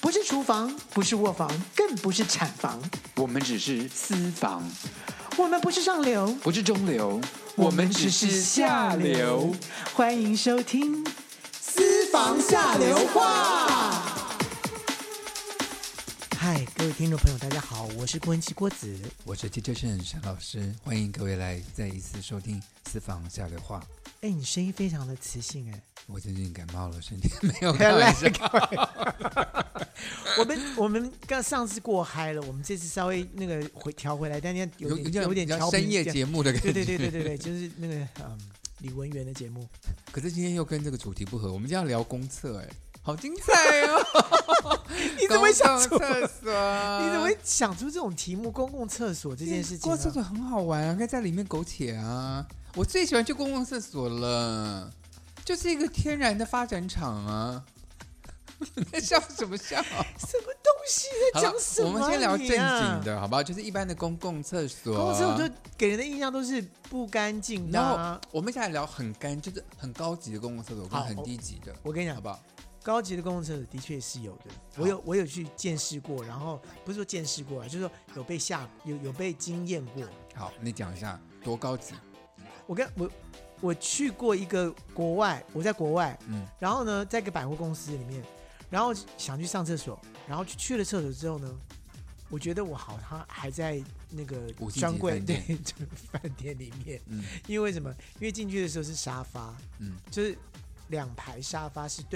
不是厨房，不是卧房，更不是产房， 我们只是私房， 我们不是上流， 不是中流，我们只是下流。 欢迎收听《私房下流话》。嗨，各位听众朋友，大家好，我是郭文琪郭子， 我是 Teacher 沈老师，欢迎各位来再一次收听《私房下流话》。 哎，你声音非常的磁性哎。 我最近感冒了，身体没有开玩笑。 我们刚上次过嗨了，我们这次稍微那个调回来，但有点调深夜节目的感觉。 对，就是那个李文源的节目。 可是今天又跟这个主题不合，我们今天要聊公厕，哎，好精彩哦！ 你怎么会想出厕所？ 你怎么会想出这种题目？公共厕所这件事情， 公共厕所很好玩啊，可以在里面苟且啊。我最喜欢去公共厕所了。就是一个天然的发展场啊！你在笑什么笑？ 什么东西在讲什么？ 我们先聊正经的，好不好？就是一般的公共厕所， 公共厕所就给人的印象都是不干净的。 然后我们现在聊很就是很高级的公共厕所，跟很低级的。 我跟你讲， 好不好？ 高级的公共厕所的确是有的，我有去见识过，然后不是说见识过，就是说有被有被经验过。 好，你讲一下多高级？ 我去过一个国外，我在国外，然后呢，在一个百货公司里面，然后想去上厕所，然后去了厕所之后呢，我觉得我好像还在那个专柜对饭店里面，因为什么？因为进去的时候是沙发，就是2排沙发是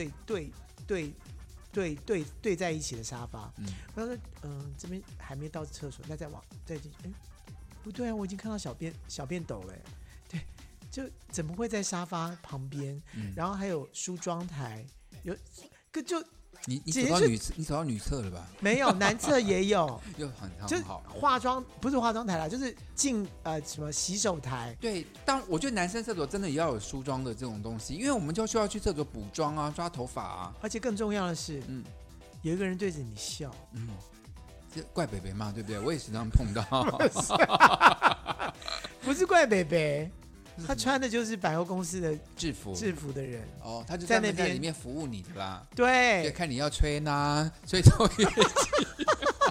对在一起的沙发，我说这边还没到厕所，那再进去，不对啊，我已经看到小便斗了，对。就怎么会在沙发旁边？然后还有梳妆台，就你走到女厕了吧？ 没有，男厕也有， 又很好。 不是化妆台啦，就是进什么洗手台。 对，但我觉得男生厕所真的也要有梳妆的这种东西，因为我们就需要去厕所补妆啊、抓头发啊。 而且更重要的是，有一个人对着你笑， 这怪北北嘛，对不对？我也时常碰到， 不是怪北北。他穿的就是百货公司的制服的人哦，他就在那边在里面服务你的啦。 对， 看你要吹呢，吹奏乐器，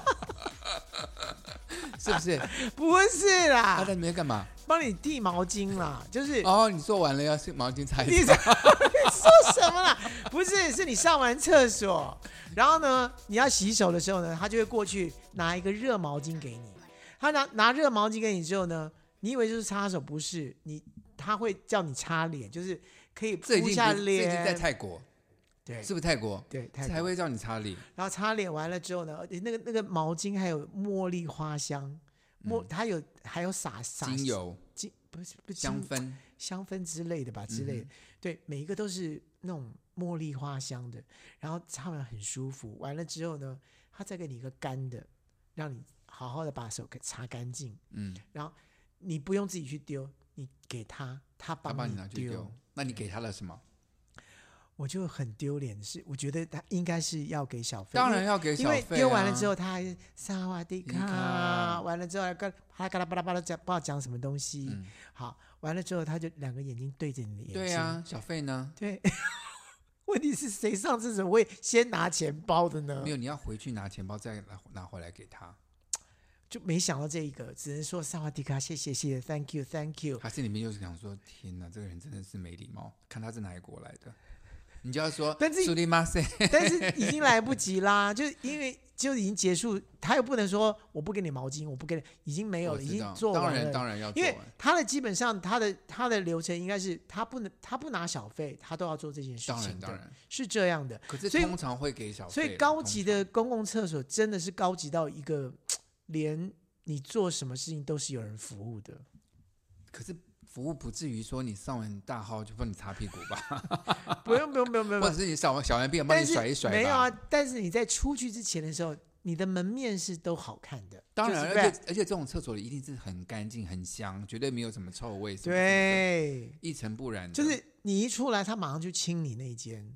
是不是？ 不是啦， 他在里面干嘛？ 帮你递毛巾啦，就是你做完了要毛巾擦一擦。 你说什么啦？不是，是你上完厕所，然后呢，你要洗手的时候呢，他就会过去拿一个热毛巾给你。他拿热毛巾给你之后呢？你以为就是擦手，不是他会叫你擦脸，就是可以敷下脸。 这已经在泰国，对，是不是泰国？ 对，泰国才会叫你擦脸。 然后擦脸完了之后呢，那个毛巾还有茉莉花香，还有撒精油， 不是香氛之类的吧，之类的。对，每一个都是那种茉莉花香的，然后擦完很舒服。完了之后呢，他再给你一个干的，让你好好的把手给擦干净。然后。你不用自己去丢，你给他帮你拿去丢。那你给他了什么？ 我就很丢脸的是，我觉得他应该是要给小费， 当然要给小费， 因为丢完了之后他还萨瓦迪卡，完了之后还巴拉巴拉巴拉不知道讲什么东西。好，完了之后他就2个眼睛对着你的眼睛。 对啊，小费呢？ 对。问题是谁上厕所会先拿钱包的呢？ 没有，你要回去拿钱包再拿回来给他。 就没想到这一个，只能说萨瓦迪卡，谢谢 ，Thank you。 还是里面就是想说，天哪，这个人真的是没礼貌，看他是哪一国来的，你就要说，但是已经来不及啦，就因为就已经结束，他又不能说我不给你毛巾，我不给你，已经没有了，已经做完了， 当然要做完， 因为他的基本上他的流程应该是他不拿小费，他都要做这件事情的，当然是这样的。 可是通常会给小费， 所以高级的公共厕所真的是高级到一个。连你做什么事情都是有人服务的， 可是服务不至于说你上完大号就帮你擦屁股吧？ 不用， 或者是你小完便帮你甩一甩吧？ 没有啊，但是你在出去之前的时候，你的门面是都好看的。 当然，而且这种厕所里一定是很干净、很香，绝对没有什么臭味什么的， 对， 一尘不染的。 就是你一出来，他马上就清你那一间。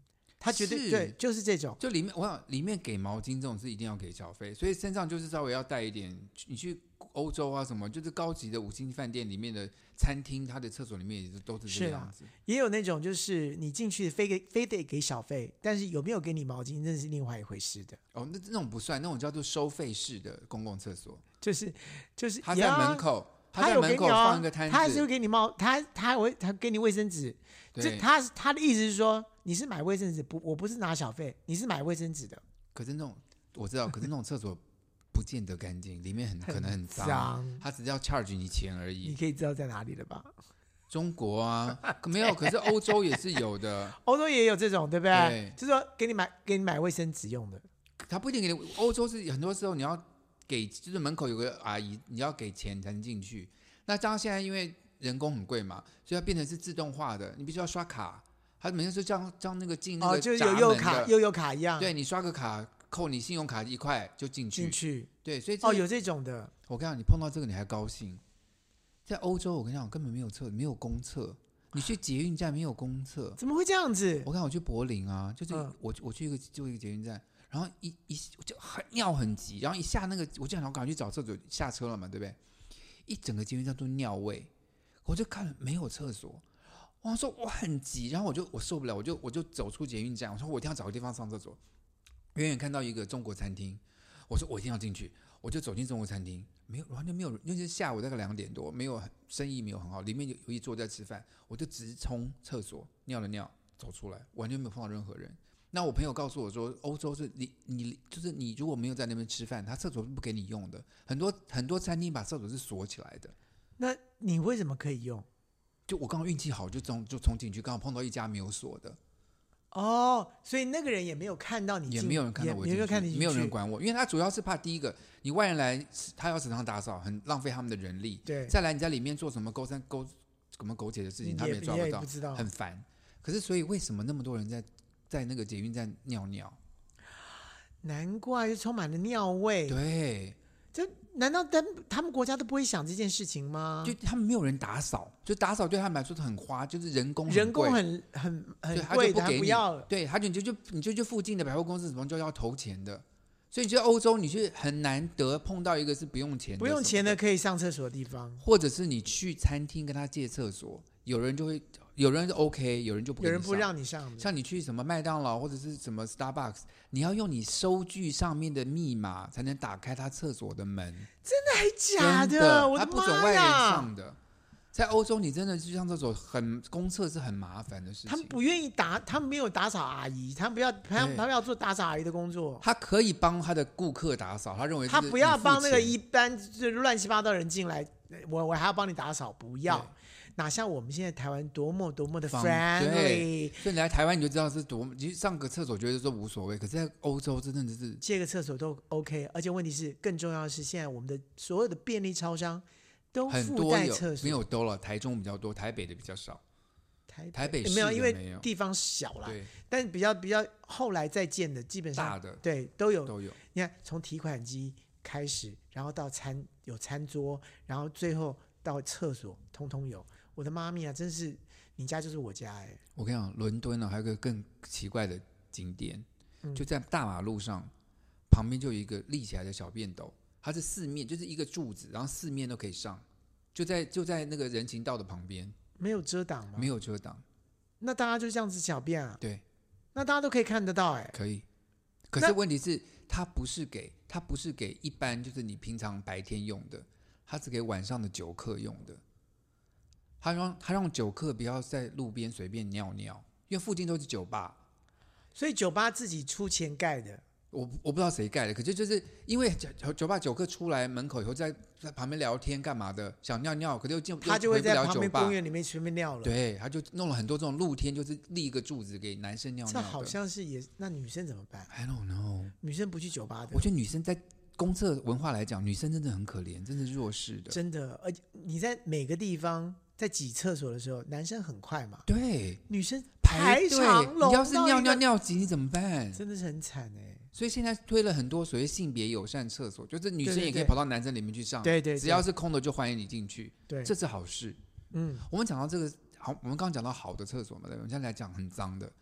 他绝对对，就是这种。 就我想里面给毛巾这种是一定要给小费，所以身上就是稍微要带一点。你去欧洲啊什么，就是高级的5星级饭店里面的餐厅，它的厕所里面也都是这个样子。 也有那种就是你进去非得给小费，但是有没有给你毛巾，那是另外一回事的。 哦，那种不算，那种叫做收费式的公共厕所， 就是他在门口。 他在门口放一个摊子， 他还是会给你他给你卫生纸。他的意思是说，你是买卫生纸，我不是拿小费，你是买卫生纸的。 可是那种我知道，可是那种厕所不见得干净，里面可能很脏，他只是要 charge 你钱而已。 你可以知道在哪里了吧？ 中国啊，没有，可是欧洲也是有的。 欧洲也有这种，对不对？对，就是说给你买卫生纸用的。 他不一定给你，欧洲是很多时候你要。就是门口有个阿姨，你要给钱才能进去。那这样现在因为人工很贵嘛，所以它变成是自动化的，你必须要刷卡。它每天是像那个进那个就有悠游卡一样。 对，你刷个卡扣你信用卡1块就进去。对，所以有这种的。 我跟你讲，你碰到这个你还高兴。在欧洲，我跟你讲根本没有公厕，你去捷运站没有公厕， 怎么会这样子？ 我看我去柏林啊，就是我去一个捷运站。然后就尿很急，然后一下那个我就想赶快去找厕所，下车了嘛，对不对？一整个捷运站都尿味，我就看没有厕所，我说我很急，然后我受不了，我就走出捷运站，我说我一定要找个地方上厕所。远远看到一个中国餐厅，我说我一定要进去，我就走进中国餐厅，完全没有，那是下午大概2点多，没有生意没有很好，里面有一桌在吃饭，我就直冲厕所尿了尿，走出来，完全没有碰到任何人。那我朋友告诉我说，欧洲是你就是你如果没有在那边吃饭，他厕所是不给你用的。很多餐厅把厕所是锁起来的。 那你为什么可以用？ 就我刚刚运气好，就冲进去，刚好碰到一家没有锁的。 哦，所以那个人也没有看到你进， 也没有人看到我进去，没有人管我，因为他主要是怕第一个，你外人来，他要时常打扫，很浪费他们的人力。 对， 再来你在里面做什么什么苟且的事情，他们也抓不到，很烦。可是所以为什么那么多人在那个捷运站尿尿？ 难怪就充满了尿味。 对， 这难道他们国家都不会想这件事情吗？ 就他们没有人打扫，就打扫对他们来说很花，就是人工很贵的，他不要了。 对，你就去附近的百货公司什么就要投钱的。所以你去欧洲，你去很难得碰到一个是不用钱的可以上厕所的地方， 或者是你去餐厅跟他借厕所，有人是 OK， 有人就不给你上， 有人不让你上。 像你去什么麦当劳或者是什么 Starbucks， 你要用你收据上面的密码才能打开他厕所的门。 真的还假的？我的妈呀！ 他不准外人上的。在欧洲，你真的去上厕所公厕是很麻烦的事情。 他们不愿意他们没有打扫阿姨，他们不要做打扫阿姨的工作。 他可以帮他的顾客打扫，他认为他不要帮那个一般就是乱七八糟的人进来，我还要帮你打扫，不要。哪像我们现在台湾多么的 friendly， 所以你来台湾你就知道是多么，其实上个厕所觉得说无所谓，可是在欧洲真的是借个厕所都 OK， 而且问题是更重要的是，现在我们的所有的便利超商都附带厕所， 没有都了，台中比较多，台北的比较少。台北市没有，因为地方小啦，但比较后来再建的基本上大的对都有。你看从提款机开始，然后到有餐桌，然后最后到厕所，通通有。我的妈咪啊，真是你家就是我家哎！ 我跟你讲，伦敦呢还有个更奇怪的景点，就在大马路上旁边就有一个立起来的小便斗，它是4面就是一个柱子，然后4面都可以上，就在那个人行道的旁边。 没有遮挡吗？ 没有遮挡。 那大家就这样子小便啊？ 对。 那大家都可以看得到哎。 可以。可是问题是，它不是给一般就是你平常白天用的，它是给晚上的酒客用的。他让酒客不要在路边随便尿尿，因为附近都是酒吧， 所以酒吧自己出钱盖的。 我不知道谁盖的，可是就是因为酒吧酒客出来门口以后在旁边聊天干嘛的，想尿尿，可是他就会在旁边公园里面随便尿了。 对，他就弄了很多这种露天，就是立一个柱子给男生尿尿的。 这好像是那女生怎么办 ？I don't know。 女生不去酒吧的。 我觉得女生在公厕文化来讲，女生真的很可怜，真的是弱势的。 真的，而且你在每个地方在挤厕所的时候，男生很快嘛， 对， 女生排长龙， 你要是尿急你怎么办？ 真的是很惨哎。 所以现在推了很多所谓性别友善厕所，就是女生也可以跑到男生里面去上， 对， 只要是空的就欢迎你进去， 对， 这是好事。我们讲到这个好，我们刚刚讲到好的厕所嘛，对，我们现在来讲很脏的。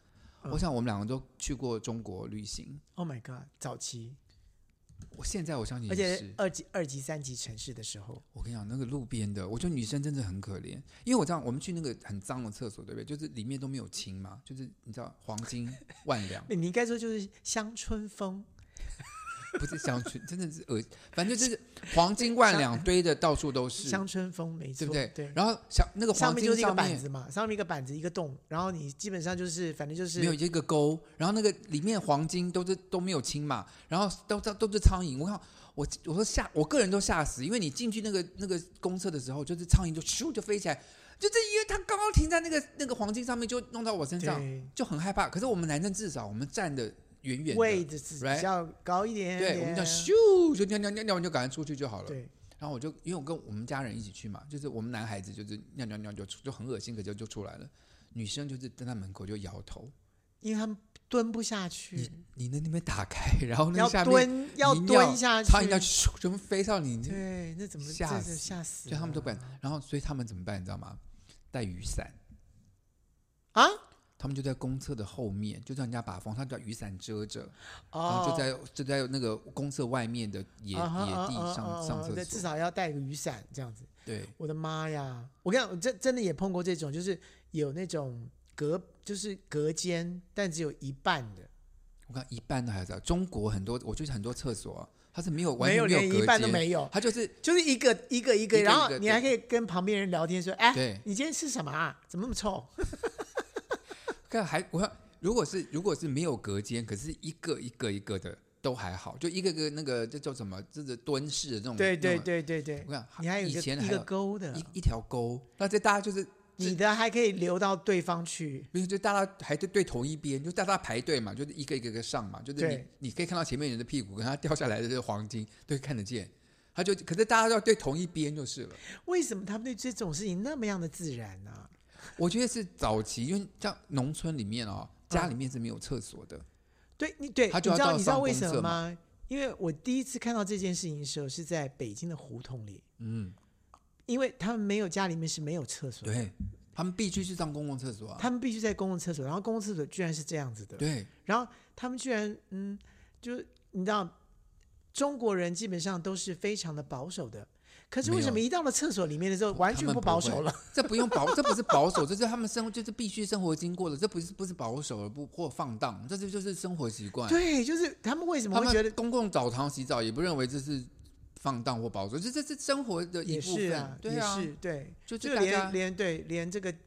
我想我们两个都去过中国旅行。 Oh my god， 早期。 现在我相信而且二级、三级城市的时候， 我跟你讲，那个路边的，我觉得女生真的很可怜，因为我这样，我们去那个很脏的厕所，对不对？就是里面都没有清嘛，就是你知道黄金万两， 你应该说就是乡村风。 不是乡村，真的是反正就是黄金万两堆的到处都是乡村风，没错， 对不对？ 对。 然后那个黄金上面就是一个板子嘛，上面一个板子一个洞，然后你基本上就是反正就是没有一个沟，然后那个里面黄金都没有清嘛，然后都是苍蝇。我说我个人都吓死，因为你进去那个公厕的时候，就是苍蝇就咻就飞起来。就是因为他刚刚停在那个黄金上面，就弄到我身上，就很害怕。可是我们男生至少我们站的远远的， 位置比较高一点， 对，我们就咻就尿完就赶快出去就好了。 对， 然后因为我跟我们家人一起去嘛，就是我们男孩子就是尿就很恶心，可就出来了。女生就是在那门口就摇头， 因为他们蹲不下去。 你那边打开，然后那下面要蹲下去， 苍蝇要全部飞到你， 对，那怎么吓死？ 所以他们都不敢。然后所以他们怎么办？你知道吗？带雨伞啊。 他们就在公厕的后面，就让人家把风，他就把雨伞遮着，然后就在那个公厕外面的野地上厕所。 至少要带个雨伞这样子。 对，我的妈呀！我跟你讲，真的也碰过这种，就是有那种就是隔间，但只有一半的。 我看一半的还是中国很多，我觉得很多厕所它是完全没有连一半都没有， 它就是一个，然后你还可以跟旁边人聊天说：“哎，你今天吃什么啊？怎么那么臭？” 如果是没有隔间，可是一个的都还好，就一个那个这叫什么？这是蹲式的这种。对。 我看你还有以前一个沟的， 一条沟，那这大家就是你的还可以流到对方去， 没有就大家还对同一边，就大家排队嘛，就是一个上嘛，就是你可以看到前面人的屁股跟他掉下来的这个黄金都看得见，可是大家都要对同一边就是了。 为什么他们对这种事情那么样的自然呢？ 我觉得是早期，因为像农村里面家里面是没有厕所的。 对，你知道为什么吗？因为我第一次看到这件事情的时候是在北京的胡同里。因为他们家里面是没有厕所的， 对，他们必须去上公共厕所啊。 他们必须在公共厕所，然后公共厕所居然是这样子的。 对， 然后他们居然就是你知道，中国人基本上都是非常的保守的。可是为什么一到了厕所里面的时候，完全不保守了？ 这不是保守，这是他们就是必须生活经过的，这不是保守或放荡，这就是生活习惯。 对，就是他们为什么会觉得公共澡堂洗澡也不认为这是放荡或保守，这是生活的一部分。 也是啊， 对啊， 也是对， 就连这个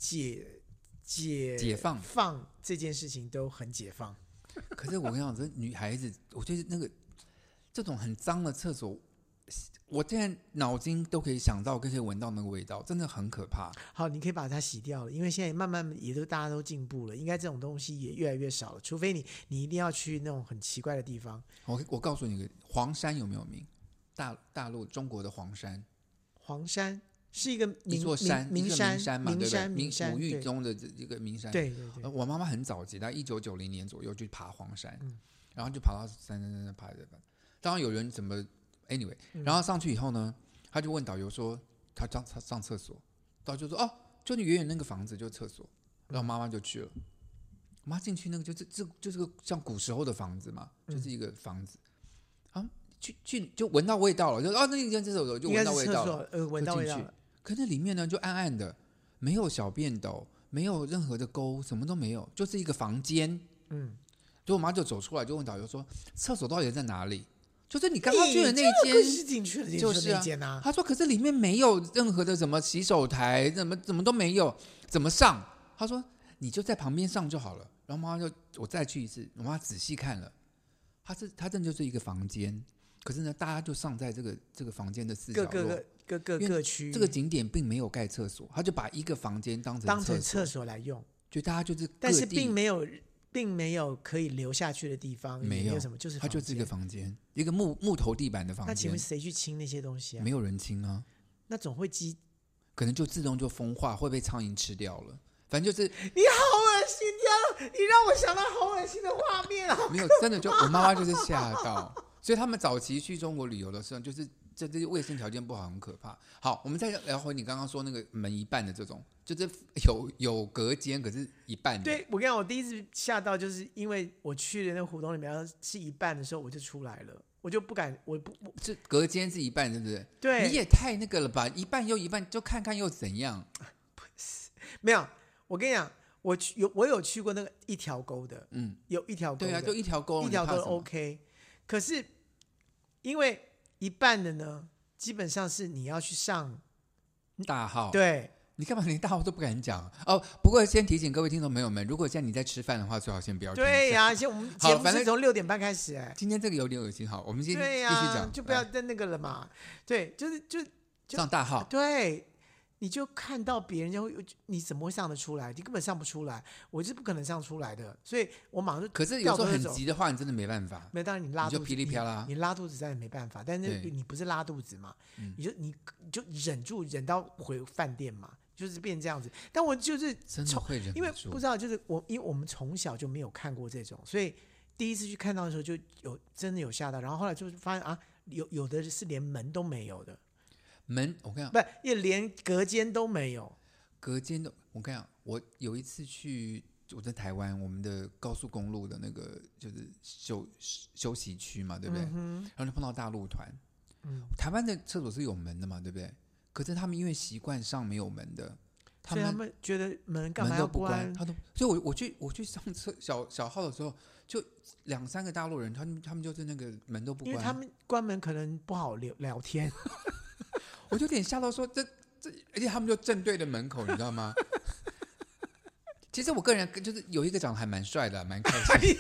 解放这件事情都很解放。 可是我跟你讲，这女孩子，我觉得这种很脏的厕所，我现在脑筋都可以想到，可以闻到那个味道，真的很可怕。 好，你可以把它洗掉了，因为现在慢慢大家都进步了，应该这种东西也越来越少了。除非你一定要去那种很奇怪的地方。 我告诉你，黄山有没有名？大陆中国的黄山， 黄山是一座山， 名山嘛，对不对？ 名山， 五域中的一个名山。 对。 我妈妈很早期，在1990年左右去爬黄山，然后就爬到山爬的。当然有人怎么 anyway， 然后上去以后呢，他就问导游说他上厕所，导游就说就你远远那个房子就是厕所，然后妈妈就去了。我妈进去那个就是个像古时候的房子嘛，就是一个房子。去就闻到味道了，就那一间厕所就闻到味道了， 闻到味道了。 可那里面呢就暗暗的，没有小便斗，没有任何的沟，什么都没有，就是一个房间。所以我妈就走出来，就问导游说：“厕所到底在哪里？”就是你刚刚去的那间， 是进去了， 就是那间啊。 他说：“可是里面没有任何的什么洗手台，怎么都没有，怎么上？”他说：“你就在旁边上就好了。”然后妈妈我再去一次，我妈仔细看了，它真的就是一个房间。可是呢，大家就上在这个房间的四角落， 各区。 这个景点并没有盖厕所，他就把一个房间当成厕所来用， 就大家就是各地， 但是并没有可以留下去的地方，没有什么，就是它就是一个房间，一个木头地板的房间。 那请问谁去清那些东西啊？ 没有人清啊， 那总会可能就自动就风化，会被苍蝇吃掉了。反正就是你好恶心，你让我想到好恶心的画面啊！ 没有，真的就我妈妈就是吓到。 所以他们早期去中国旅游的时候，就是这些卫生条件不好，很可怕。好，我们再聊回你刚刚说那个门一半的这种，就是有隔间，可是一半的。 对，我跟你讲，我第一次吓到，就是因为我去的那个胡同里面是一半的时候，我就出来了，我就不敢，我这隔间是一半，是不是？ 对， 你也太那个了吧，一半又一半，就看看又怎样？ 没有，我跟你讲，我有去过那个一条沟的，有一条沟的， 对啊，就一条沟， 一条沟 OK。可是因为一半的呢，基本上是你要去上大号， 对。 你干嘛连大号都不敢讲哦？不过先提醒各位听众朋友们，如果现在你在吃饭的话，最好先不要听。 对呀，我们节目是从6点半开始今天这个有点恶心，好，我们先继续讲， 就不要再那个了嘛。对，就上大号， 对，你就看到别人你怎么会上得出来？你根本上不出来，我是不可能上出来的，所以我马上就。 可是有时候很急的话，你真的没办法。 没，当然你拉肚子， 你就噼里啪啦， 你拉肚子当然没办法，但是你不是拉肚子嘛，你就忍住，忍到回饭店嘛。就是变这样子，但我就是真的会忍不住， 因为不知道，就是因为我们从小就没有看过这种，所以第一次去看到的时候就真的有吓到，然后后来就发现啊，有的是连门都没有的， 门我跟你讲， 不，也连隔间都没有， 隔间都我跟你讲，我有一次去我在台湾，我们的高速公路的那个就是休息区嘛，对不对？然后就碰到大陆团，台湾的厕所是有门的嘛，对不对？可是他们因为习惯上没有门的， 所以他们觉得门干嘛要关？ 所以我去上厕小号的时候，就2-3个大陆人，他们就是那个门都不关， 因为他们关门可能不好聊天。 我就有点吓到说这，而且他们就正对着门口，你知道吗？其实我个人就是有一个长得还蛮帅的，蛮开心。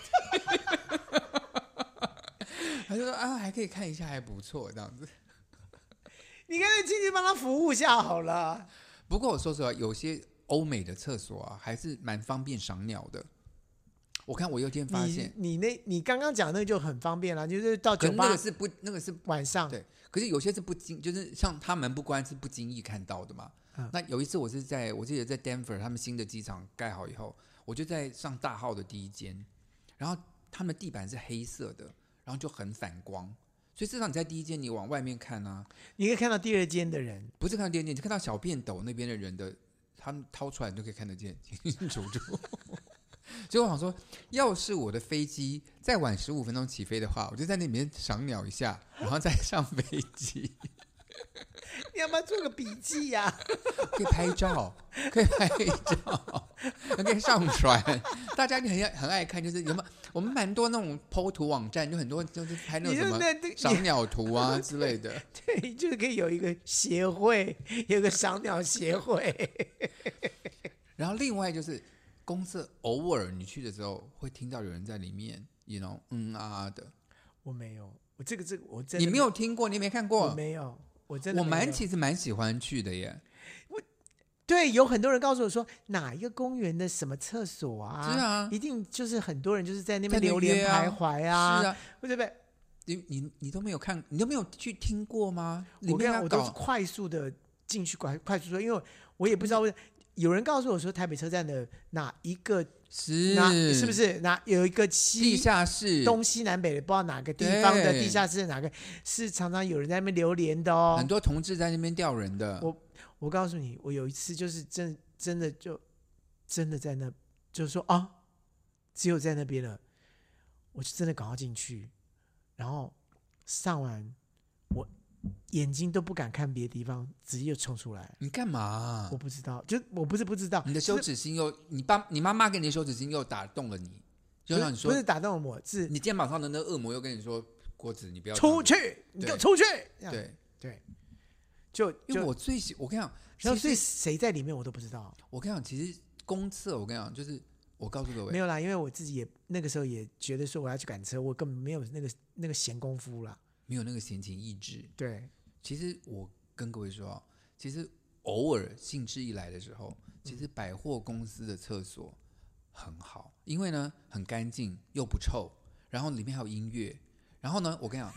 他就说啊，还可以看一下，还不错这样子。 你干脆进去帮他服务一下好了。 不过我说实话，有些欧美的厕所啊，还是蛮方便赏鸟的。我看我有一天发现， 你刚刚讲那个就很方便了，就是到酒吧， 那个是晚上， 对。可是有些是就是像他门不关是不经意看到的嘛。那有一次我记得在 Denver 他们新的机场盖好以后，我就在上大号的第一间，然后他们地板是黑色的，然后就很反光。所以至少你在第一间，你往外面看啊， 你可以看到第二间的人， 不是看到第二间，你看到小便斗那边的人的，他们掏出来你都可以看得见，清清楚楚。所以我想说，要是我的飞机再晚15分钟起飞的话，我就在那里面赏鸟一下，然后再上飞机。 你要不要做个笔记呀？ 可以拍照，可以上传，大家很爱看，就是有没有我们蛮多那种 po 图网站，就很多就是拍那种什么赏鸟图啊之类的。 对，就是可以有一个协会，有个赏鸟协会。 然后另外就是公厕，偶尔你去的时候会听到有人在里面啊的。我没有，我这个我真的你没有听过，你没看过？ 我没有。我其实蛮喜欢去的耶。 对，有很多人告诉我说，哪一个公园的什么厕所啊？ 是啊， 一定就是很多人就是在那边流连徘徊啊。 是啊， 对不对？ 你都没有看，你都没有去听过吗？ 我都是快速的进去，快速说，因为我也不知道有人告诉我说，台北车站的哪一个是不是有一个地下室， 东西南北的不知道哪个地方的地下室，哪个是常常有人在那边流连的哦， 很多同志在那边吊人的。 我告诉你，我有一次就是真的在那，就是说啊，只有在那边了，我就真的赶快进去，然后上完我眼睛都不敢看别的地方，直接就冲出来。 你干嘛？ 我不知道，就我不是不知道， 你的羞耻心又，你妈妈给你的羞耻心又打动了你，就像你说， 不是打动了我，是你肩膀上的那恶魔又跟你说，郭子你不要出去，你给我出去。对， 因为我跟你讲， 然后所以谁在里面我都不知道。 我跟你讲，其实公厕我跟你讲，就是我告诉各位， 没有啦，因为我自己也那个时候也觉得说我要去赶车，我根本没有那个闲工夫啦。 没有那个闲情逸致。 对， 其实我跟各位说，其实偶尔兴致一来的时候，其实百货公司的厕所很好，因为呢很干净又不臭，然后里面还有音乐。然后呢，我跟你讲，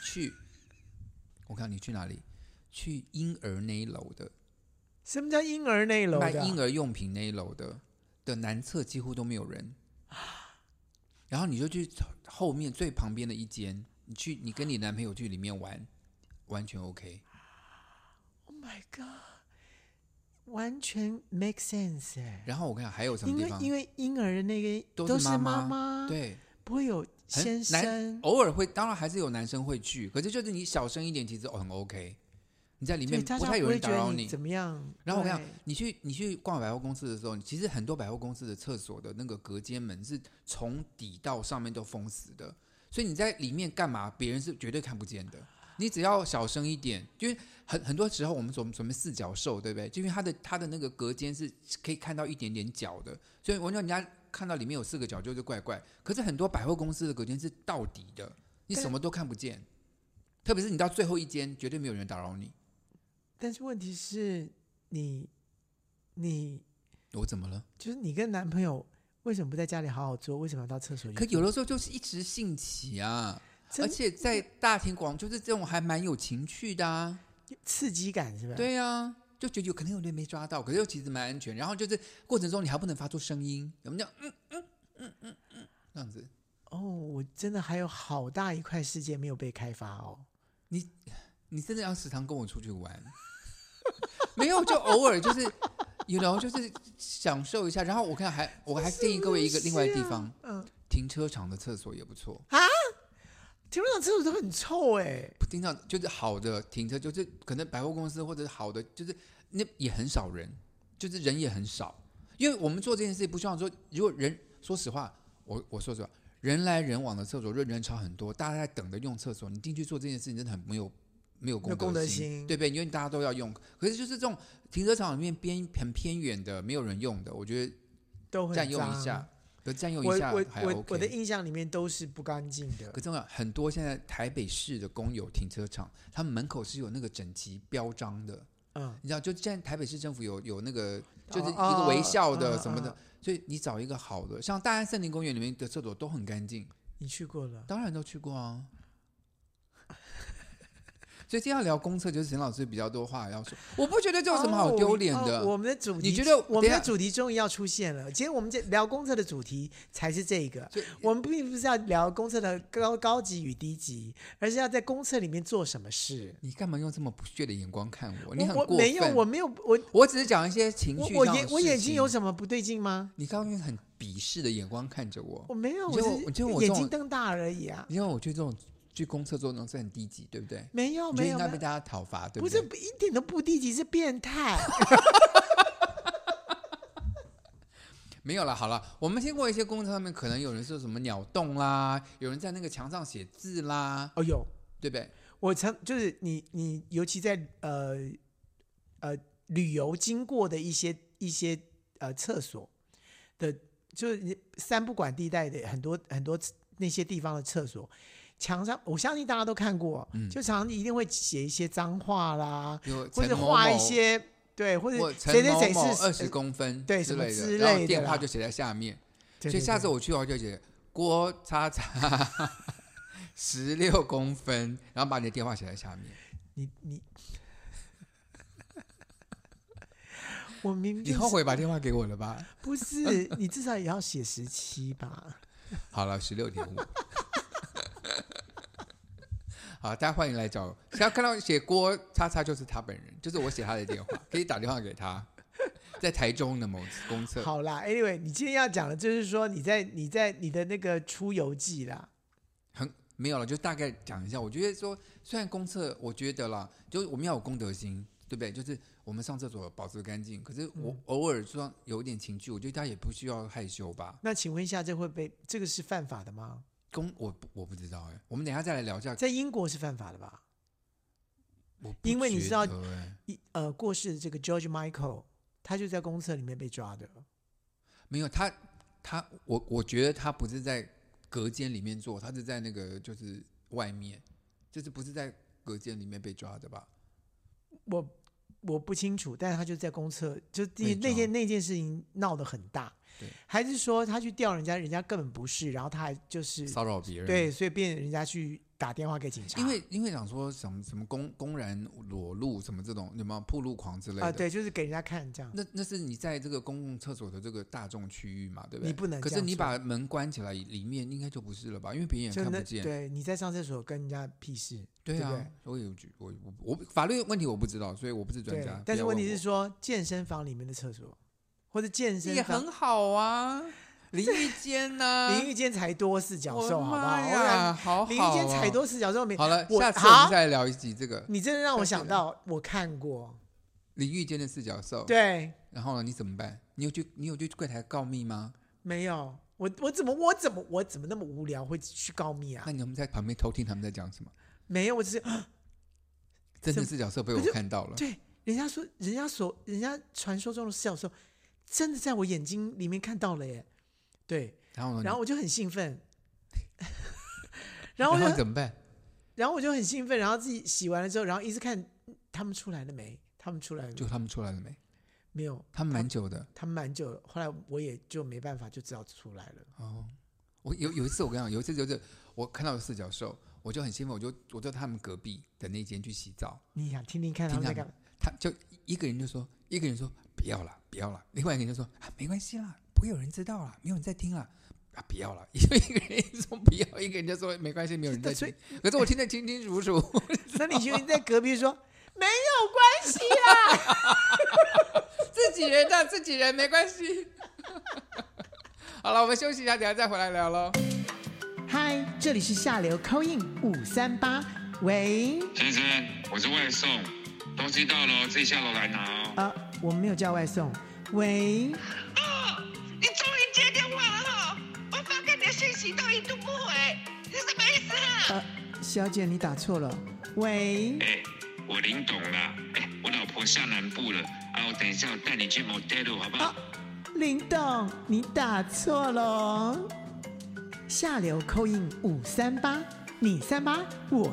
你去哪里？去婴儿那一楼的。 什么叫婴儿那一楼的？ 卖婴儿用品那一楼的男厕几乎都没有人。然后你就去后面最旁边的一间。 你跟你男朋友去里面玩，完全 OK。Oh my god， 完全 make sense 哎。 然后我看还有什么地方？ 因为婴儿的那个都是妈妈， 对， 不会有先生， 偶尔会，当然还是有男生会去，可是就是你小声一点，其实很 OK。你在里面不太有人打扰你，怎么样？ 然后我跟你讲，你去逛百货公司的时候，其实很多百货公司的厕所的那个隔间门是从底到上面都封死的，所以你在里面干嘛，别人是绝对看不见的。你只要小声一点，因为很多时候我们准备四脚兽，对不对？就因为它的那个隔间是可以看到一点点脚的，所以我让人家看到里面有4个脚就是怪怪。可是很多百货公司的隔间是到底的，你什么都看不见，特别是你到最后一间，绝对没有人打扰你。 但是问题是你我怎么了？ 就是你跟男朋友为什么不在家里好好做？为什么要到厕所去？ 可有的时候就是一时兴起啊，而且在大庭广就是这种还蛮有情趣的啊， 刺激感是吧？ 对啊，就觉得可能有人没抓到，可是又其实蛮安全。然后就是过程中你还不能发出声音，有没有？这样子。 哦，我真的还有好大一块世界没有被开发哦。 你真的要时常跟我出去玩？没有，就偶尔就是就是享受一下。然后我还建议各位另外的地方，停车场的厕所也不错啊。停车场厕所都很臭哎。 停车场就是好的停车，就是可能百货公司或者是好的，就是那也很少人，就是人也很少。因为我们做这件事不希望说，如果人说实话，我说实话，人来人往的厕所，人潮很多，大家在等着用厕所，你进去做这件事情真的很没有公德心，对不对？因为大家都要用，可是就是这种停车场里面很偏远的，没有人用的，我觉得都很占用一下，占用一下还 OK。 我的印象里面都是不干净的。 可是很多现在台北市的公有停车场，他们门口是有那个整齐标章的，你知道，就现在台北市政府有那个，就是一个微笑的什么的，所以你找一个好的，像大安森林公园里面的厕所都很干净。 你去过了？ 当然都去过啊。所以今天要聊公厕，就是沈老师比较多话要说，我不觉得这有什么好丢脸的。 我们的主题， 你觉得我们的主题终于要出现了？今天我们聊公厕的主题才是这个。我们并不是要聊公厕的高级与低级，而是要在公厕里面做什么事。 你干嘛用这么不屑的眼光看我？你很过分。 我没有， 我只是讲一些情绪上的事情。 我眼睛有什么不对劲吗？ 你刚刚用很鄙视的眼光看着我。 我没有，我是眼睛瞪大而已啊。 因为我觉得这种去公厕做那种是很低级，对不对？ 没有， 应该被大家讨伐，对不对？不是，一点都不低级，是变态。 没有了，好了，我们听过一些公厕上面可能有人说什么鸟洞啦，有人在那个墙上写字啦， 有， 对不对？ 我就是你尤其在旅游经过的一些厕所的，就是三不管地带的很多那些地方的厕所。墙上我相信大家都看过，就常常一定会写一些脏话啦，或者画一些对，或者谁谁谁是 20公分对之类的， 之类的， 然后电话就写在下面。所以下次我去的话就写郭叉叉16公分，然后把你的电话写在下面。 你我明明你后悔把电话给我了吧？ 不是，你至少也要写17吧。 好了，16.5。好，大家欢迎来找，只要看到写郭叉叉就是他本人，就是我写他的电话，可以打电话给他，在台中的某公厕。 好啦 ，anyway， 你今天要讲的就是说你在你的那个出游记啦， 没有了，就大概讲一下。我觉得说，虽然公厕，我觉得啦，就我们要有公德心，对不对？就是我们上厕所保持干净，可是我偶尔说有一点情趣，我觉得他也不需要害羞吧。 那请问一下，这个是犯法的吗？ 我不知道哎，我们等一下再来聊一下。 在英国是犯法的吧？因为你知道，过世的这个 George Michael， 他就在公厕里面被抓的。 没有我觉得他不是在隔间里面做，他是在那个就是外面，就是不是在隔间里面被抓的吧？ 我不清楚，但是他就在公厕，就那件事情闹得很大。 对， 还是说他去钓人家，人家根本不是，然后他还就是骚扰别人， 对，所以变人家打电话给警察。 因为想说什么公然裸露什么这种有没有暴露狂之类的对，就是给人家看这样。 那是你在这个公共厕所的这个大众区域嘛，对不对？ 你不能这样做。 可是你把门关起来，里面应该就不是了吧？因为别人也看不见。 对，你在上厕所跟人家屁事。 对啊， 对我法律问题我不知道，所以我不是专家。 但是问题是说，健身房里面的厕所或者健身房也很好啊。淋浴间呢？ 淋浴间才多4角兽，好不好？ 呀，好淋浴间才多4角兽， 好了，下次我们再聊一集这个。 你真的让我想到，我看过淋浴间的4角兽。 对。 然后呢？你怎么办？你有去柜台告密吗？ 没有，我怎么那么无聊会去告密啊？ 那你有没有在旁边偷听他们在讲什么？ 没有，我只是真的4角兽被我看到了。 对，人家传说中的4角兽，真的在我眼睛里面看到了耶。对，然后我就很兴奋，然后怎么办？ 然后我就很兴奋，然后自己洗完了之后，然后一直看他们出来了没？他们出来了没？没有， 他们蛮久的。 他们蛮久的，后来我也就没办法，就只好出来了。 哦，我有一次我跟你讲，有一次就是我看到4角兽，我就很兴奋，我就到他们隔壁的那间去洗澡。 你想听听看他们在干嘛？ 他就一个人说不要了，另外一个人就说没关系啦。不会有人知道了，没有人在听了不要了。因为一个人说不要，一个人就说没关系，没有人在听。可是我听得清清楚楚。 那你就在隔壁说没有关系啦， 自己人没关系。好了，我们休息一下，等一下再回来聊咯。 嗨，这里是下流 call in 538，喂， 先生，我是外送，东西到了自己下楼来拿哦。 我们没有叫外送。喂。 你终于接电话了哈！我发给你的信息都一度不回，你什么意思啊？ 小姐，你打错了。喂。 我林董啦，我老婆下南部了，我等一下我带你去 motel 好不好？ 林董，你打错了。下流 call in 538，你38，我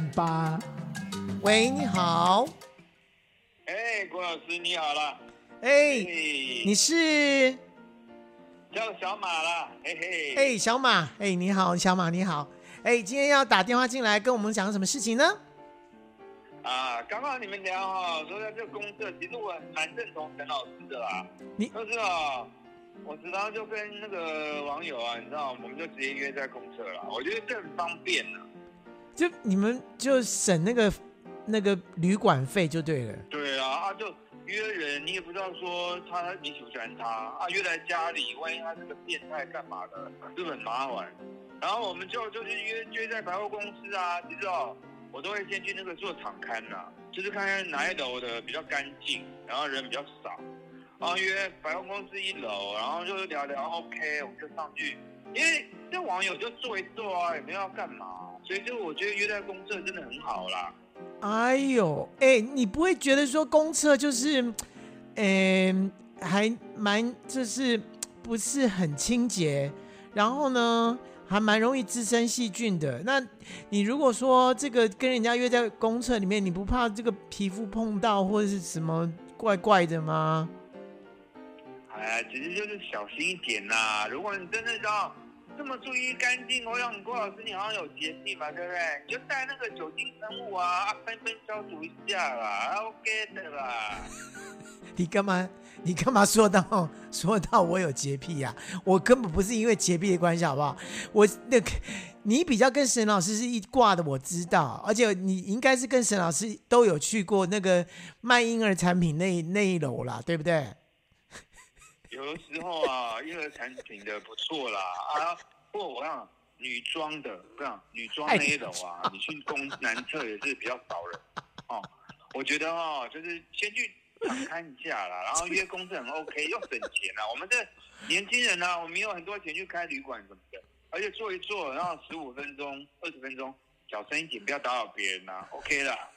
38。喂，你好。 郭老师你好啦。 你是？ 叫小马啦，嘿嘿。 小马，你好，小马你好。今天要打电话进来跟我们讲什么事情呢？ 刚刚你们聊说在这个公厕，其实我蛮认同陈老师的啦。就是我时常就跟那个网友你知道，我们就直接约在公厕啦，我觉得这很方便啊。 就你们就省那个旅馆费就对了。 对啊，就约人，你也不知道说你喜不喜欢他约在家里，万一他是个变态干嘛的，是很麻烦。然后我们就是约在百货公司其实我都会先去那个做场勘就是看看哪一楼的比较干净，然后人比较少，然后约百货公司1楼，然后就聊聊 OK， 我们就上去，因为这网友就坐一坐也没有要干嘛，所以就我觉得约在公厕真的很好啦。 哎呦，你不会觉得说公厕就是，还蛮就是不是很清洁，然后呢还蛮容易滋生细菌的。那你如果说这个跟人家约在公厕里面，你不怕这个皮肤碰到或者是什么怪怪的吗？ 其实就是小心一点啦。如果你真的要这么注意干净，我想郭老师你好像有洁癖嘛，对不对？你就带那个酒精喷雾纷纷消毒一下啦 ，OK 的啦。 你干嘛说到我有洁癖啊？我根本不是因为洁癖的关系，好不好？你比较跟沈老师是一挂的，我知道，而且你应该是跟沈老师都有去过那个卖婴儿产品那一楼啦，对不对？ 有的时候婴儿产品的不错啦不过我想女装的，女装那一楼你去男厕也是比较少人我觉得就是先去场勘一下啦，然后约公厕很 OK， 又省钱啦。我们这年轻人我们有很多钱去开旅馆什么的，而且坐一坐，然后15分钟、20分钟，小声一点，不要打扰别人，OK 啦。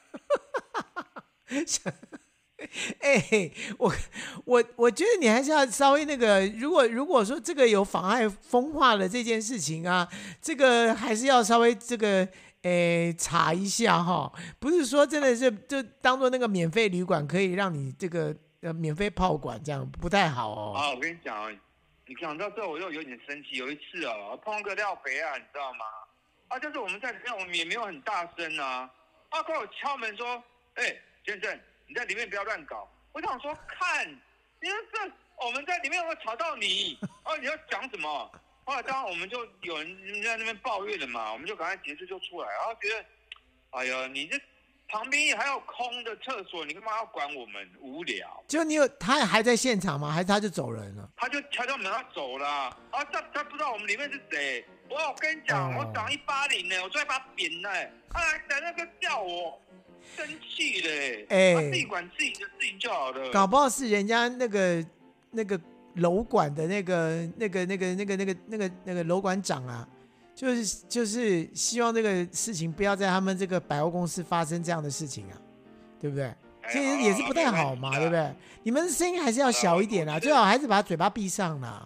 我觉得你还是要稍微那个，如果说这个有妨碍风化的这件事情这个还是要稍微这个查一下不是说真的是就当做那个免费旅馆可以让你这个免费泡馆这样不太好我跟你讲你讲到这我又有点生气。有一次碰个廖北你知道吗？ 就是我们在里面，我们也没有很大声啊。跟我敲门说：“先生，你在里面不要乱搞。”我想说，看，因为我们在里面会吵到你，你要讲什么？后来当然我们就有人在那边抱怨了嘛，我们就赶快结束就出来，然后觉得，哎呀，你这旁边还有空的厕所，你干嘛要管我们？无聊。 就他还在现场吗？还是他就走人了？ 他就敲敲门，他走了。他不知道我们里面是谁。我跟你讲，我长180呢，我就要把他扁了。他还在那个叫我，生气嘞。他自己管自己的事情就好了。 搞不好是人家那个楼管的那个楼管长啊，就是希望这个事情不要在他们这个百货公司发生这样的事情啊，对不对？其实也是不太好嘛，对不对？你们的声音还是要小一点啊，最好还是把嘴巴闭上啦。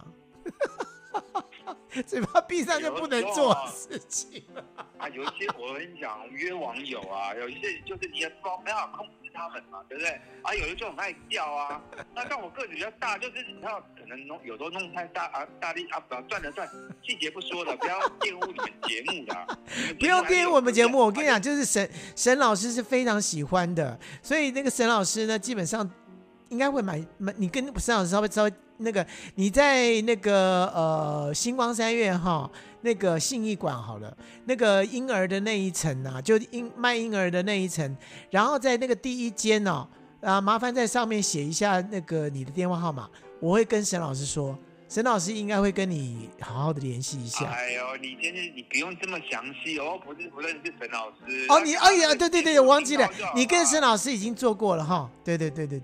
嘴巴闭上就不能做事情了。 有一些我跟你讲，约网友啊，有一些就是你也没办法控制他们嘛，对不对？有的就很爱叫啊。那像我个子比较大，就是你知道，可能有时候弄太大力算了，细节不说了，不要玷污你们节目啦。 不用玷污我们节目，我跟你讲，就是沈老师是非常喜欢的，所以那个沈老师呢，基本上应该会你跟沈老师稍微那个你在那个星光三院哈，那个信义馆好了，那个婴儿的那一层啊，就卖婴儿的那一层，然后在那个第1间麻烦在上面写一下那个你的电话号码，我会跟沈老师说，沈老师应该会跟你好好的联系一下。 你不用这么详细哦，不认识沈老师对，我忘记了，你跟沈老师已经做过了哈，对。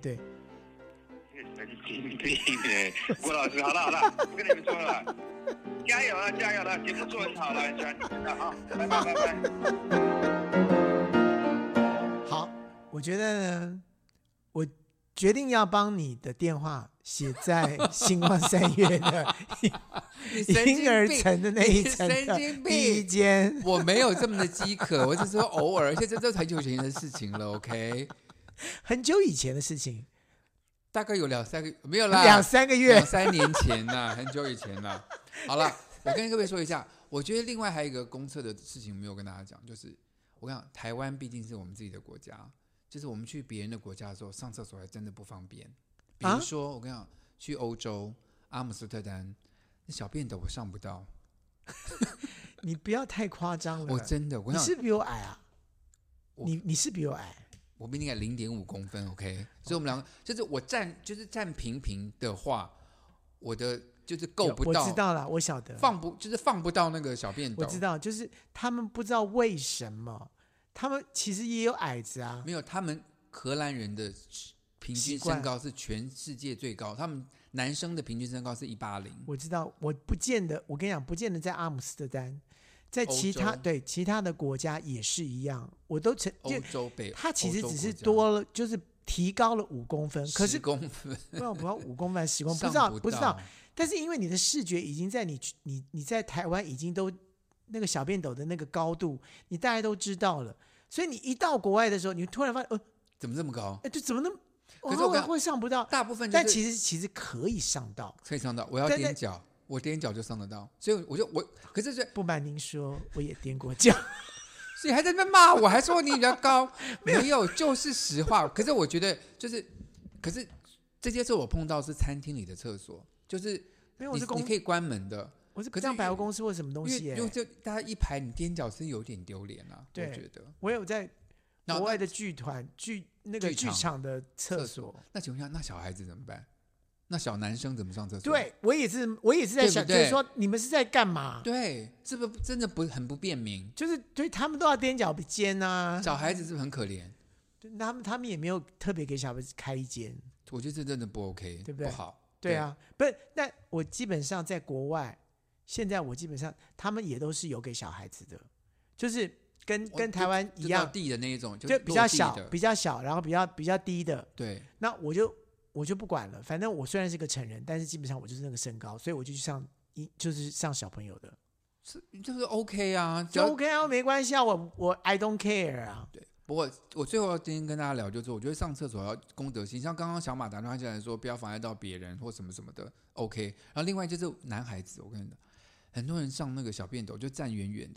神经病哎！郭老师，好了，不跟你们说了，加油了，节目做很好了，很喜欢你们的啊，拜拜。 好，我觉得呢，我决定要帮你的电话写在星光三月的婴儿层的那一层的第1间。 我没有这么的饥渴，我只是说偶尔，而且这很久以前的事情了 ，OK？ 很久以前的事情。 大概有2-3个，没有啦 ，2-3个月 ，2-3年前啦，很久以前啦。好了，我跟各位说一下，我觉得另外还有一个公厕的事情没有跟大家讲，就是我跟你讲，台湾毕竟是我们自己的国家，就是我们去别人的国家的时候上厕所还真的不方便。比如说，我跟你讲，去欧洲阿姆斯特丹，那小便斗我上不到。 你不要太夸张了， 我真的， 你是比我矮啊？你是比我矮。 我比你矮0.5公分 ，OK， 所以我们两个就是我站平的话，我的就是够不到。 我知道了，我晓得放不到那个小便斗。 我知道，就是他们不知道为什么，他们其实也有矮子啊。 没有，他们荷兰人的平均身高是全世界最高，他们男生的平均身高是180。 我知道，我跟你讲，不见得在阿姆斯特丹。在其他的国家也是一样，我都欧洲北， 它其实只是多了，就是提高了5公分，可是 10公分， 不知道5公分10公分，不知道。但是因为你的视觉已经在你在台湾已经都那个小便斗的那个高度，你大概都知道了，所以你一到国外的时候，你突然发现怎么这么高？ 就怎么那么， 可是我会上不到， 大部分但其实可以上到， 我要踮脚。我踮脚就上得到，所以可是不瞒您说，我也踮过脚， 所以还在那边骂我，还说你比较高，没有，就是实话。可是我觉得可是这些次我碰到是餐厅里的厕所，就是没有， 你可以关门的。 我是可是百货公司或什么东西因为就大家一排，你踮脚是有点丢脸啊。 对， 我觉得我有在国外的剧场的厕所。 那请问一下，那小孩子怎么办？那小男生怎么上厕所？ 对，我也是在想，就是说你们是在干嘛？ 对，是不是真的很不便民？ 就是对他们都要踮脚尖啊。 小孩子是不是很可怜？ 他们也没有特别给小孩子开一间。 我觉得这真的不 OK， 对不对？不好。 对啊，不是。那我基本上在国外，现在我基本上他们也都是有给小孩子的，就是跟台湾一样地的那一种， 就比较小，然后比较低的。 对， 那我就不管了，反正我虽然是个成人，但是基本上我就是那个身高，所以我就去上小朋友的， 就是 OK 啊， 就 OK 啊，没关系啊，我 I don't care 啊。 对，不过我最后要今天跟大家聊，就是我觉得上厕所要公德心，像刚刚小马打电话进来说不要妨碍到别人或什么什么的 OK。然后另外就是男孩子，我跟你讲，很多人上那个小便斗就站远远的，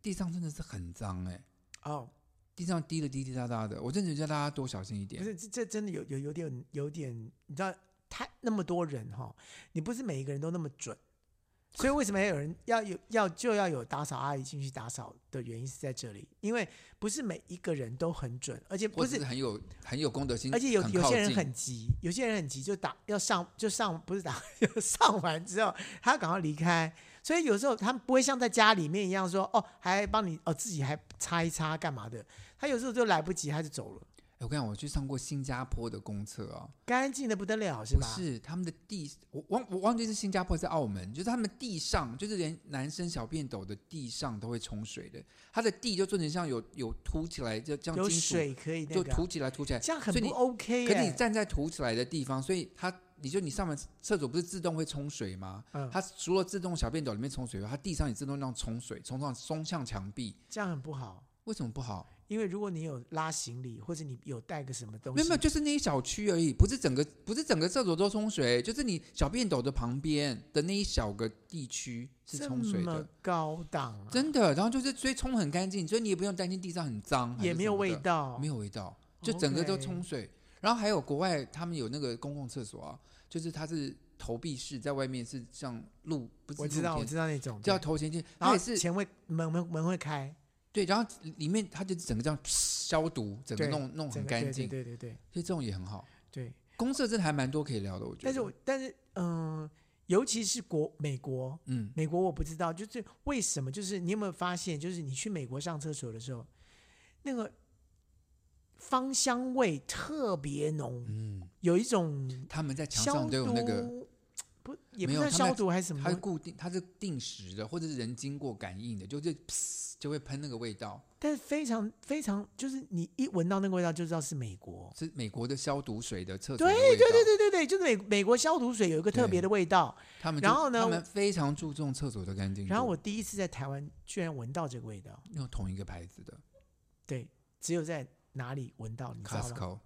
地上真的是很脏哦， 地上滴了滴滴答答的，我真的叫大家多小心一点。 不是，这真的有点，你知道，那么多人哈，你不是每一个人都那么准，所以为什么有人要有打扫阿姨进去打扫的原因是在这里，因为不是每一个人都很准，而且不是很有公德心， 而且有些人很急，有些人很急要上不是上完之后他要赶快离开，所以有时候他们不会像在家里面一样说还帮你自己还擦一擦干嘛的，他有时候就来不及他就走了。 我跟你讲，我去上过新加坡的公厕啊， 干净的不得了，是吧？ 不是，他们的地，我忘记是新加坡还是澳门，就是他们地上，就是连男生小便斗的地上都会冲水的，它的地就做成像有凸起来，就这样有金属水可以就凸起来， 这样很不 OK 可是你站在凸起来的地方，所以你上完厕所不是自动会冲水吗？它除了自动小便斗里面冲水，它地上也自动让冲水，冲上松向墙壁， 这样很不好。 为什么不好？ 因为如果你有拉行李，或者你有带个什么东西， 没有，就是那一小区而已，不是整个厕所都冲水，就是你小便斗的旁边的那一小个地区是冲水的， 这么高档啊， 真的。然后就是所以冲很干净，所以你也不用担心地上很脏， 也没有味道， 没有味道，就整个都冲水。然后还有国外他们有那个公共厕所啊，就是它是投币式，在外面是像路，不是我知道那种， 叫投钱进， 然后也是前门会开。 对，然后里面它就整个这样消毒，整个弄很干净， 对， 所以这种也很好。 对， 公厕真的还蛮多可以聊的，我觉得。 但是尤其是美国，美国我不知道，就是为什么，就是你有没有发现，就是你去美国上厕所的时候，那个芳香味特别浓，有一种他们在墙上都有那个。 也不知道消毒还是什么， 它是固定，它是定时的，或者是人经过感应的，就会喷那个味道。 但是非常非常，就是你一闻到那个味道就知道是美国， 是美国的消毒水的厕所的味道。 对，就是美国消毒水有一个特别的味道。然后呢， 他们非常注重厕所的干净度。 然后我第一次在台湾居然闻到这个味道， 用同一个牌子的， 对，只有在哪里闻到？你知道吗 ？Costco。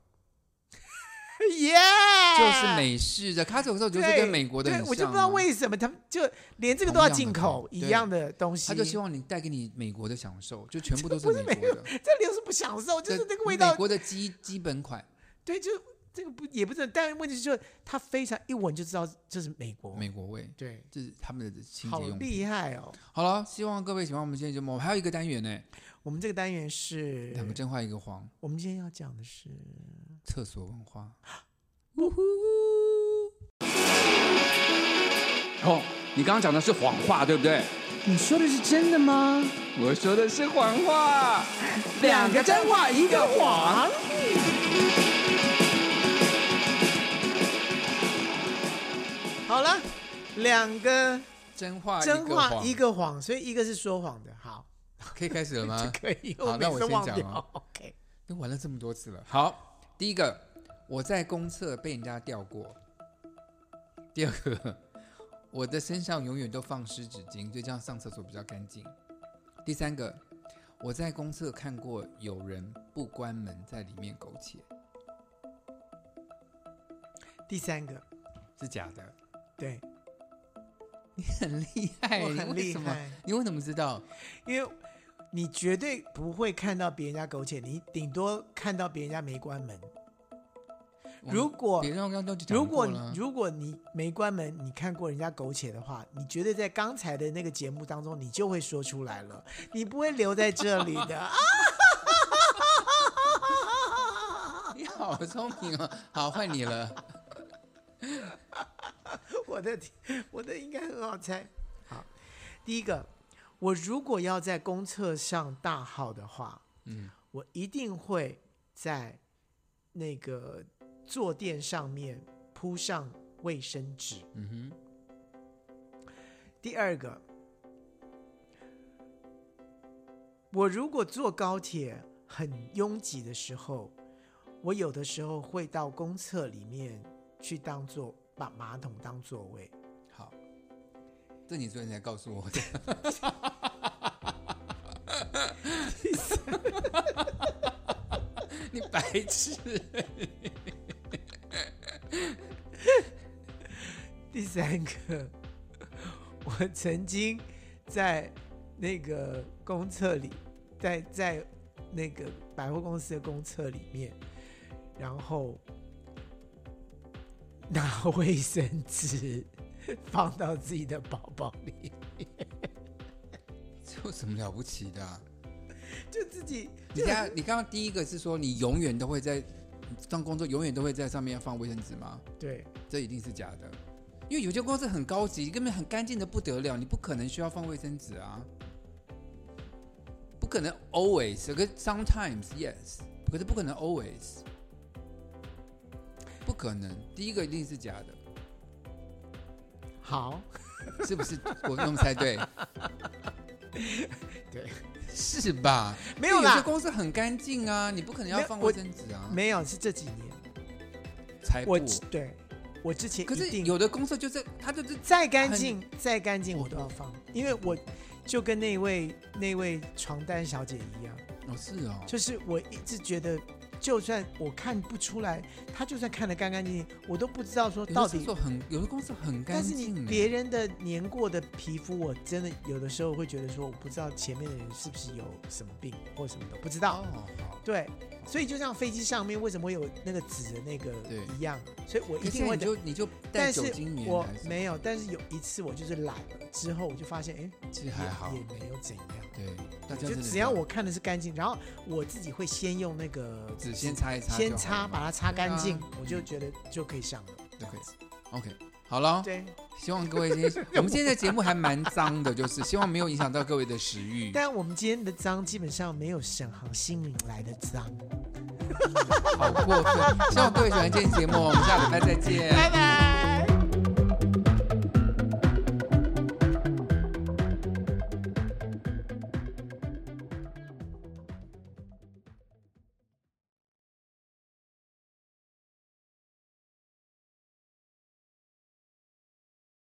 就是美式的 Costco 就是跟美国的很像， 我就不知道为什么他们就连这个都要进口一样的东西， 他就希望你带给你美国的享受，就全部都是美国的。 这里有什么不享受？就是那个味道， 美国的基本款。 对，就这个也不是，但问题是，它非常一闻就知道这是美国味。对，这是他们的清洁用品， 好厉害哦！ 好了，希望各位喜欢我们今天的节目。还有一个单元呢， 我们这个单元是 2个真话1个谎。 我们今天要讲的是厕所文化。你刚刚讲的是谎话，对不对？ 你说的是真的吗？ 我说的是谎话。 2个真话1个谎。好了，2个真话 1个谎，所以一个是说谎的。好， 可以开始了吗？ 可以。 好，那我先讲了。 OK， 都玩了这么多次了。好，第一个，我在公厕被人家吊过。第2个，我的身上永远都放湿纸巾，所以这样上厕所比较干净。第3个，我在公厕看过有人不关门在里面苟且。 第3个是假的。 对， 你很厉害， 我很厉害。 你为什么知道？ 因为你绝对不会看到别人家苟且，你顶多看到别人家没关门。如果你没关门，你看过人家苟且的话，你绝对在刚才的那个节目当中，你就会说出来了，你不会留在这里的。 你好聪明哦！好，换你了。 我的应该很好猜。好，第一个，我如果要在公厕上大号的话，我一定会在那个坐垫上面铺上卫生纸。第2个，我如果坐高铁很拥挤的时候，我有的时候会到公厕里面去把马桶当座位。 好，这你昨天才告诉我的。你白痴。 第3个，我曾经在那个公厕里，在那个百货公司的公厕里面，然后拿卫生纸放到自己的包包里面， 这有什么了不起的、啊？ 就自己。 你刚刚第一个是说你永远都会在上工作，永远都会在上面放卫生纸吗？ 对， 这一定是假的，因为有些公司很高级，根本很干净的不得了，你不可能需要放卫生纸啊。不可能 always， 可是 sometimes yes， 可是不可能 always， 不可能。第一个一定是假的。 好， 是不是我弄猜对？ 对， 是吧？ 没有啦， 有些公司很干净啊，你不可能要放卫生纸啊。 没有，是这几年才不。 对，我之前可是有的公司就是它就是再干净我都要放，因为我就跟那位床单小姐一样。 哦，是哦， 就是我一直觉得，就算我看不出来，他就算看得干干净净，我都不知道说到底。 有的公司很干净， 但是别人的粘过的皮肤，我真的有的时候会觉得说，我不知道前面的人是不是有什么病或什么的，不知道。 哦， 对，所以就像飞机上面为什么会有那个纸的那个一样，所以我一定会你就带酒精棉。 我没有，但是有一次我就是懒了之后，我就发现，哎， 其实还好， 也没有怎样。 对，大家就只要我看的是干净，然后我自己会先用那个纸先擦一擦， 先擦把它擦干净，我就觉得就可以上了。 就可以 OK， 好了， 对， 希望各位我们今天的节目还蛮脏的，就是希望没有影响到各位的食欲。 但我们今天的脏基本上没有沈航新民来的脏， 好过分！希望各位喜欢今天节目，我们下礼拜再见， 拜拜。